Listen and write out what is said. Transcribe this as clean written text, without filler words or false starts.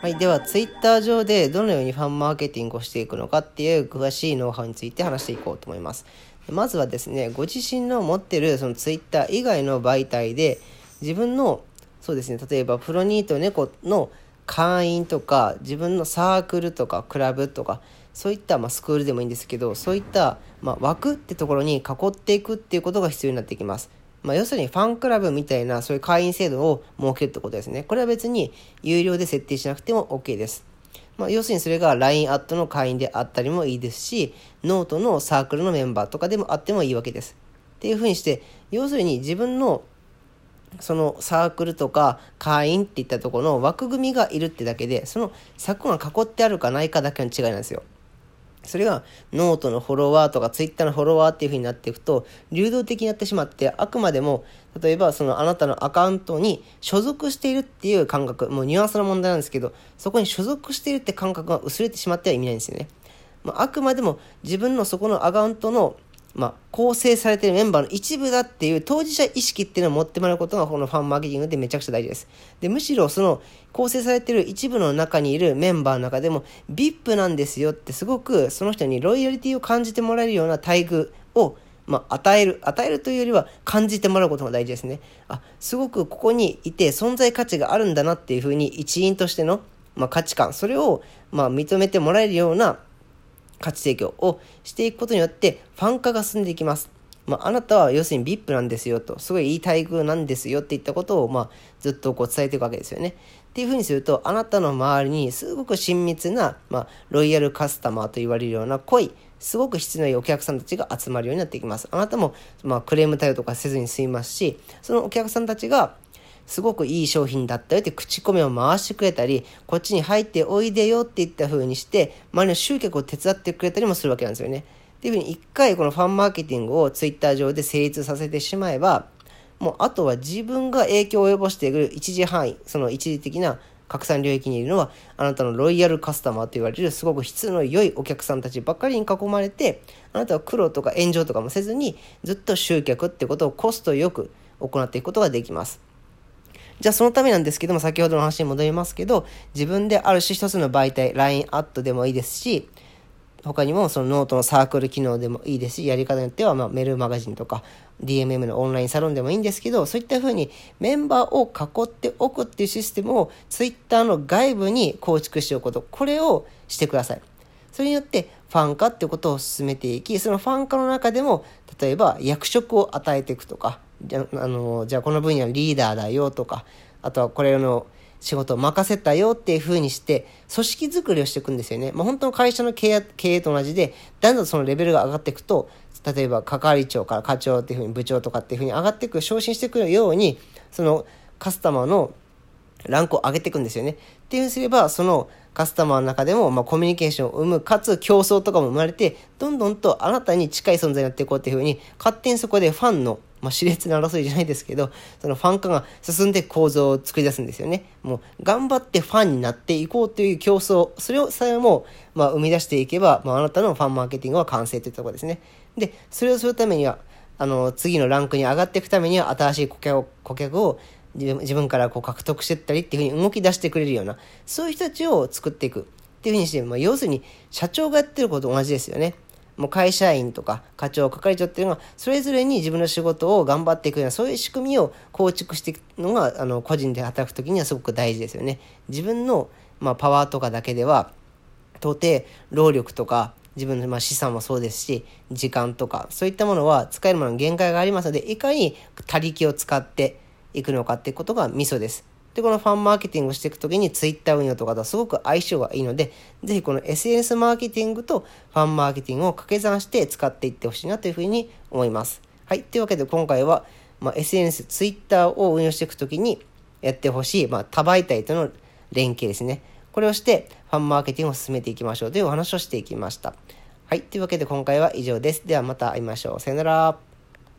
はい、ではツイッター上でどのようにファンマーケティングをしていくのかっていう詳しいノウハウについて話していこうと思います。まずはですね、ご自身の持ってるそのツイッター以外の媒体で自分のそうですね、例えばプロニート猫の会員とか自分のサークルとかクラブとかそういった、スクールでもいいんですけど、そういった、枠ってところに囲っていくっていうことが必要になってきます。要するにファンクラブみたいなそういう会員制度を設けるってことですね。これは別に有料で設定しなくても OK です。要するにそれが LINE アットの会員であったりもいいですし、ノートのサークルのメンバーとかでもあってもいいわけです。っていうふうにして、要するに自分のそのサークルとか会員っていったところの枠組みがいるってだけで、その柵が囲ってあるかないかだけの違いなんですよ。それがノートのフォロワーとかツイッターのフォロワーっていう風になっていくと流動的になってしまって、あくまでも例えばそのあなたのアカウントに所属しているっていう感覚、もうニュアンスの問題なんですけど、そこに所属しているって感覚が薄れてしまっては意味ないんですよね。あくまでも自分のそこのアカウントの構成されているメンバーの一部だっていう当事者意識っていうのを持ってもらうことがこのファンマーケティングでめちゃくちゃ大事です。で、むしろその構成されている一部の中にいるメンバーの中でも VIP なんですよってすごくその人にロイヤリティを感じてもらえるような待遇を与えるというよりは感じてもらうことが大事ですね。すごくここにいて存在価値があるんだなっていうふうに一員としての価値観、それを認めてもらえるような価値提供をしていくことによってファン化が進んでいきます。あなたは要するに VIP なんですよと、すごいいい待遇なんですよっていったことをずっと伝えていくわけですよね。っていうふうにすると、あなたの周りにすごく親密な、ロイヤルカスタマーと言われるような濃い、すごく質のいいお客さんたちが集まるようになっていきます。あなたも、クレーム対応とかせずに済みますし、そのお客さんたちがすごくいい商品だったよって口コミを回してくれたり、こっちに入っておいでよっていった風にして周りの集客を手伝ってくれたりもするわけなんですよね。っていう風に一回このファンマーケティングをツイッター上で成立させてしまえば、もうあとは自分が影響を及ぼしている一時範囲、その一時的な拡散領域にいるのはあなたのロイヤルカスタマーと言われるすごく質の良いお客さんたちばっかりに囲まれて、あなたは苦労とか炎上とかもせずにずっと集客ってことをコストよく行っていくことができます。じゃあそのためなんですけども、先ほどの話に戻りますけど、自分である種一つの媒体、LINE アットでもいいですし、他にもそのノートのサークル機能でもいいですし、やり方によってはメールマガジンとか DMM のオンラインサロンでもいいんですけど、そういった風にメンバーを囲っておくっていうシステムを Twitter の外部に構築しておくこと、これをしてください。それによってファン化っていうことを進めていき、そのファン化の中でも例えば役職を与えていくとか、じゃあこの分野のリーダーだよとか、あとはこれの仕事を任せたよっていう風にして組織作りをしていくんですよね。本当の会社の経営と同じで、だんだんそのレベルが上がっていくと、例えば係長から課長っていう風に部長とかっていう風に上がっていく、昇進してくるようにそのカスタマーのランクを上げていくんですよね。っていう風にすれば、そのカスタマーの中でもコミュニケーションを生む、かつ競争とかも生まれて、どんどんとあなたに近い存在になっていこうっていう風に、勝手にそこでファンの熾烈な争いじゃないですけど、そのファン化が進んで構造を作り出すんですよね。もう頑張ってファンになっていこうという競争、それをさえも生み出していけば、あなたのファンマーケティングは完成というところですね。で、それをするためには次のランクに上がっていくためには、新しい顧客を自分から獲得していったりっていう風に動き出してくれるような、そういう人たちを作っていくっていう風にして、要するに社長がやってることと同じですよね。もう会社員とか課長、係長っていうのがそれぞれに自分の仕事を頑張っていくような、そういう仕組みを構築していくのが個人で働くときにはすごく大事ですよね。自分のパワーとかだけでは到底労力とか自分の資産もそうですし、時間とかそういったものは使えるものに限界がありますので、いかに他力を使っていくのかっていうことがミソです。で、このファンマーケティングをしていくときにツイッター運用とかとすごく相性がいいので、ぜひこの SNS マーケティングとファンマーケティングを掛け算して使っていってほしいなというふうに思います。はい。というわけで今回は、SNS、ツイッターを運用していくときにやってほしい、多媒体との連携ですね。これをしてファンマーケティングを進めていきましょうというお話をしていきました。はい。というわけで今回は以上です。ではまた会いましょう。さよなら。